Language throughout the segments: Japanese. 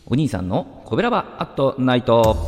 お兄さんのコベラバアットナイト。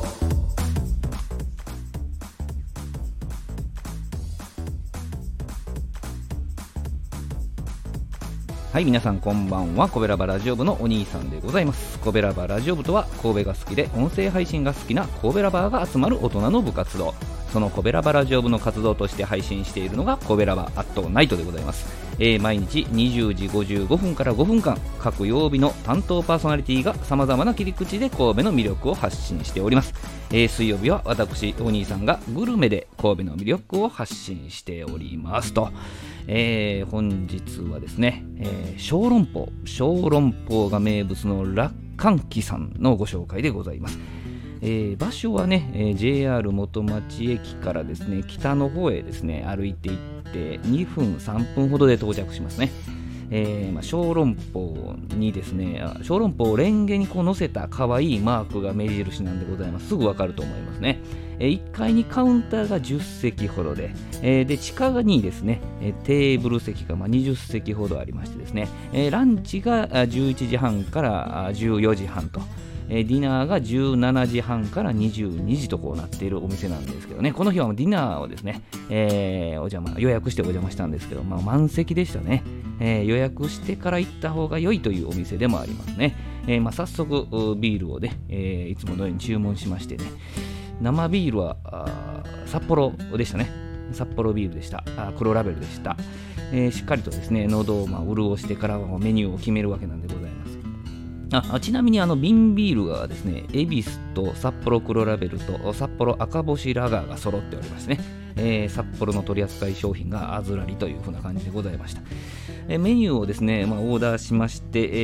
はい、皆さんこんばんは。コベラバラジオ部のお兄さんでございます。コベラバラジオ部とは、神戸が好きで音声配信が好きな神戸ラバーが集まる大人の部活動。そのコベラバラジオ部の活動として配信しているのがコベラバアットナイトでございます。毎日20時55分から5分間、各曜日の担当パーソナリティが様々な切り口で神戸の魅力を発信しております。水曜日は私お兄さんがグルメで神戸の魅力を発信しておりますと。本日はですね、小籠包が名物の楽観機さんのご紹介でございます。場所はね、JR 元町駅からですね、北の方へですね、歩いていって2分3分ほどで到着しますね。小籠包にですね、小籠包をレンゲにこう乗せた可愛いマークが目印なんでございます。すぐわかると思いますね。1階にカウンターが10席ほどで、地下にですね、テーブル席が20席ほどありましてですね、ランチが11時半から14時半と、ディナーが17時半から22時とこうなっているお店なんですけどね、この日はディナーをですね、予約してお邪魔したんですけど、満席でしたね。予約してから行った方が良いというお店でもありますね。早速ビールをね、いつものように注文しましてね、生ビールは札幌でしたね。札幌ビールでした。黒ラベルでした。しっかりとですね、喉を潤してからはメニューを決めるわけなんでございます。ちなみに瓶ビールはですね、恵比寿と札幌黒ラベルと札幌赤星ラガーが揃っておりますね。札幌の取扱い商品があずらりというふうな感じでございました。メニューをですね、オーダーしまして、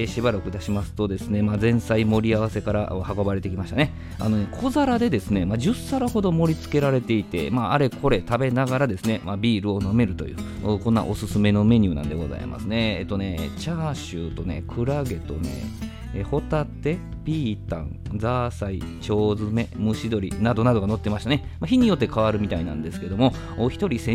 しばらく出しますとですね、前菜盛り合わせから運ばれてきましたね。小皿でですね、10皿ほど盛り付けられていて、あれこれ食べながらですね、ビールを飲めるというこんなおすすめのメニューなんでございますね。チャーシューとね、クラゲとね、ホタテ、ピータン、ザーサイ、腸詰め、蒸し鶏などなどが載ってましたね。日によって変わるみたいなんですけども、お一人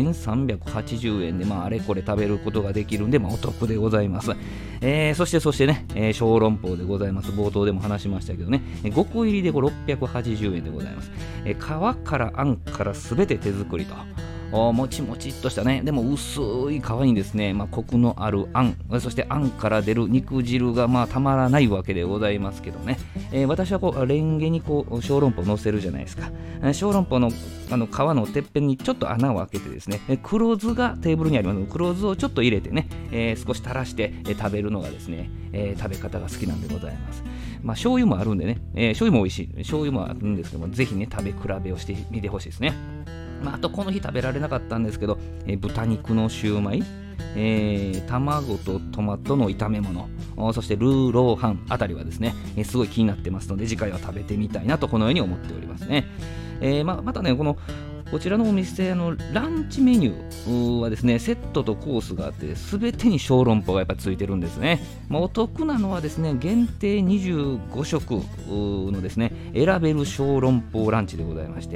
1380円で、あれこれ食べることができるんで、お得でございます。そしてね、小籠包でございます。冒頭でも話しましたけどね、5個入りで680円でございます。皮からあんからすべて手作りと。もちもちっとしたね、でも薄い皮にですね、コクのあるあん、そしてあんから出る肉汁がたまらないわけでございますけどね、私はレンゲに小籠包を乗せるじゃないですか。小籠包の皮のてっぺんにちょっと穴を開けてですね、黒酢がテーブルにあります。黒酢をちょっと入れてね、少し垂らして、食べるのがですね、食べ方が好きなんでございます。醤油もあるんでね、醤油も美味しい、醤油もあるんですけども、ぜひね食べ比べをしてみてほしいですね。あとこの日食べられなかったんですけど、豚肉のシューマイ、卵とトマトの炒め物、そしてルーローハンあたりはですね、すごい気になってますので、次回は食べてみたいなとこのように思っておりますね。またね、こちらのお店ランチメニューはですね、セットとコースがあって、全てに小籠包がやっぱついてるんですね。お得なのはですね、限定25食のですね、選べる小籠包ランチでございまして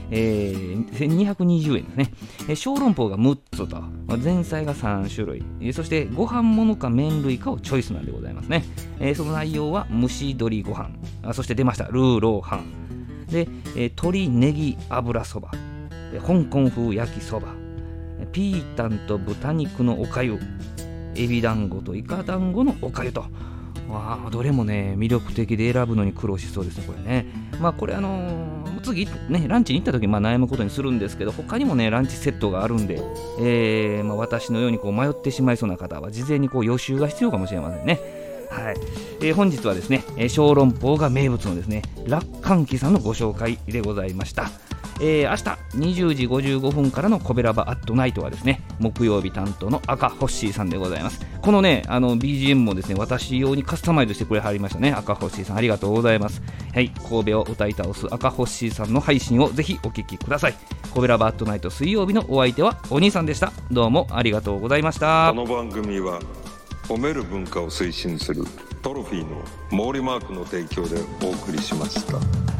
、1220円ですね。小籠包が6つと、前菜が3種類、そしてご飯物か麺類かをチョイスなんでございますね。その内容は蒸し鶏ご飯、そして出ましたルーローハンで、鶏ネギ油そば、香港風焼きそば、ピータンと豚肉のおかゆ、エビ団子とイカ団子のおかゆと、どれもね魅力的で選ぶのに苦労しそうですね、これね。これ次ねランチに行った時に悩むことにするんですけど、他にもねランチセットがあるんで、私のように迷ってしまいそうな方は事前に予習が必要かもしれませんね。はい。本日はですね、小籠包が名物のですね、楽観機さんのご紹介でございました。明日20時55分からのコベラバアットナイトはですね、木曜日担当の赤ホッシーさんでございます。このね、BGM もですね、私用にカスタマイズしてくれはりましたね。赤ホッシーさんありがとうございます。はい、神戸を歌い倒す赤ホッシーさんの配信をぜひお聞きください。コベラバアットナイト水曜日のお相手はお兄さんでした。どうもありがとうございました。 この番組は褒める文化を推進するトロフィーの毛利マークの提供でお送りしました。